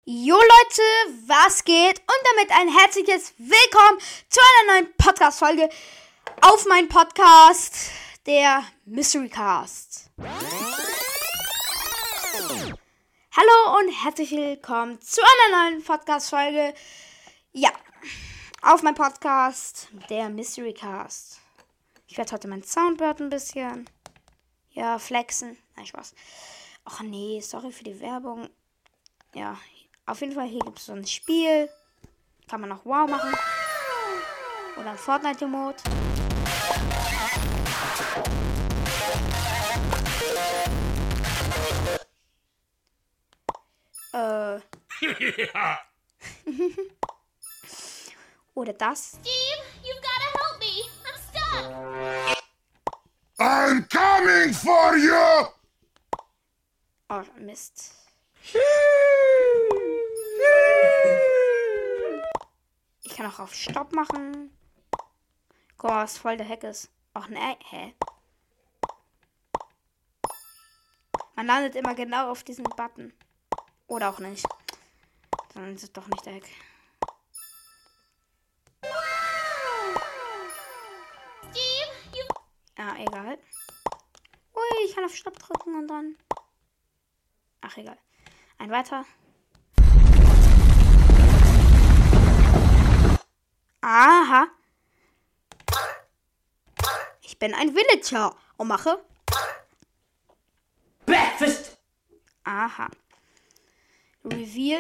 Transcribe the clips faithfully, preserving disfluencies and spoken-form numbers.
Jo Leute, was geht? Und damit ein herzliches Willkommen zu einer neuen Podcast-Folge auf meinem Podcast, der Mystery Cast. Hallo und herzlich willkommen zu einer neuen Podcast-Folge, ja, auf meinem Podcast, der Mystery Cast. Ich werde heute mein Soundboard ein bisschen, ja, flexen. Nein, Spaß. Ach nee, sorry für die Werbung. Ja, auf jeden Fall, hier gibt es so ein Spiel. Kann man noch Wow machen. Oder ein Fortnite-Mode. Äh. Oder das. Steve, you've gotta help me. I'm stuck. I'm coming for you! Oh, Mist. Ich kann auch auf Stopp machen. Guck mal, was voll der Hack ist. Ach ne, hä? Man landet immer genau auf diesen Button. Oder auch nicht. Dann ist es doch nicht der Hack. Steve, you. Ja, egal. Ui, ich kann auf Stopp drücken und dann... Ach, egal. Ein weiter. Aha. Ich bin ein Villager und mache Breakfast. Aha. Reveal.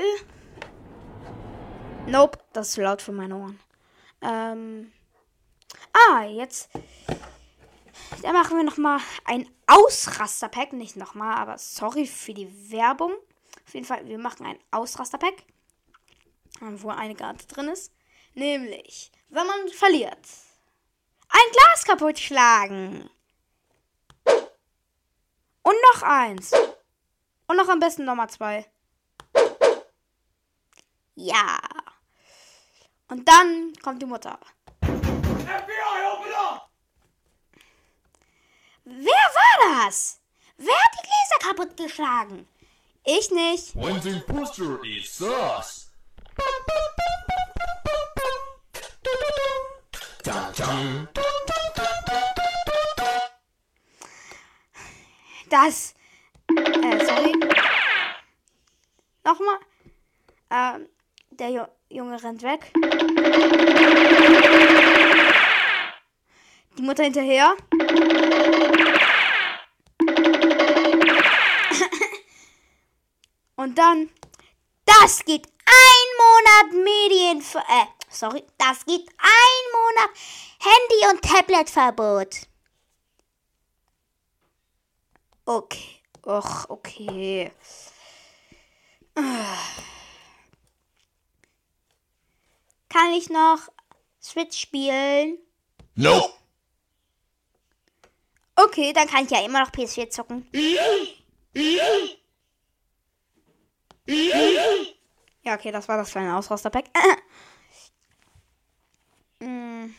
Nope, das ist laut für meine Ohren. Ähm. Ah, jetzt. Da machen wir nochmal ein Ausraster-Pack. Nicht nochmal, aber sorry für die Werbung. Auf jeden Fall, wir machen ein Ausraster-Pack. Wo eine Karte drin ist. Nämlich, wenn man verliert. Ein Glas kaputt schlagen. Und noch eins. Und noch am besten Nummer zwei. Ja. Und dann kommt die Mutter. F B I, open up! Wer war das? Wer hat die Gläser kaputtgeschlagen? Ich nicht. When's imposter is sus. Dum, dum. Das. Äh, sorry. Nochmal. Ähm, der jo- Junge rennt weg. Die Mutter hinterher. Und dann. Das geht ein Monat Medien. Äh, sorry. Das geht ein Monat Handy- und Tabletverbot. Okay. Och, okay. Kann ich noch Switch spielen? Nope. Okay, dann kann ich ja immer noch P S vier zocken. Ja, okay, das war das kleine Ausraster-Pack. Mm.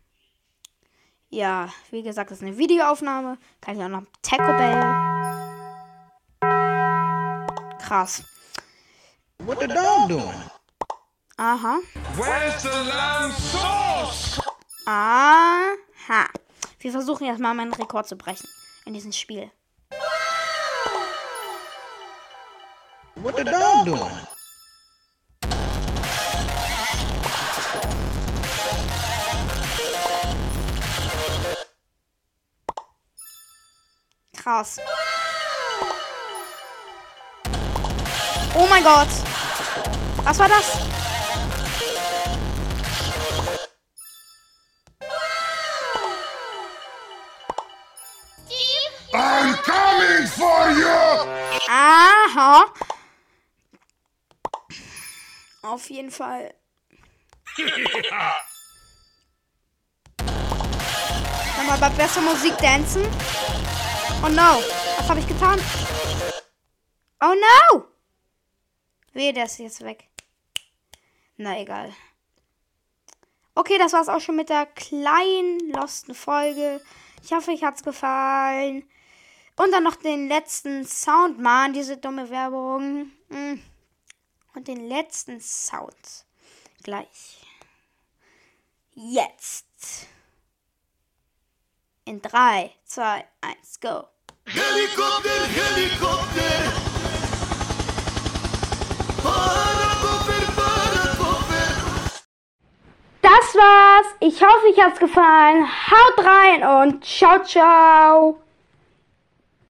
Ja, wie gesagt, das ist eine Videoaufnahme. Kann ich auch noch Taco Bell. Krass. What the dog doing? Aha. Where's the lamb sauce? Aha. Wir versuchen jetzt mal meinen Rekord zu brechen in diesem Spiel. What the dog doing? Krass. Oh mein Gott. Was war das? Steve, I'm coming for you! Aha. Auf jeden Fall. Nochmal bei besser Musik dancen. Oh no. Was habe ich getan? Oh no. Wehe, der ist jetzt weg. Na egal. Okay, das war's auch schon mit der kleinen, losten Folge. Ich hoffe, euch hat's gefallen. Und dann noch den letzten Sound, Mann, diese dumme Werbung. Hm. und den letzten Sound gleich. Jetzt. In drei, zwei, eins, go. Helikopter, Helikopter. Parakopter, Parakopter. Das war's. Ich hoffe, euch hat's gefallen. Haut rein und ciao, ciao.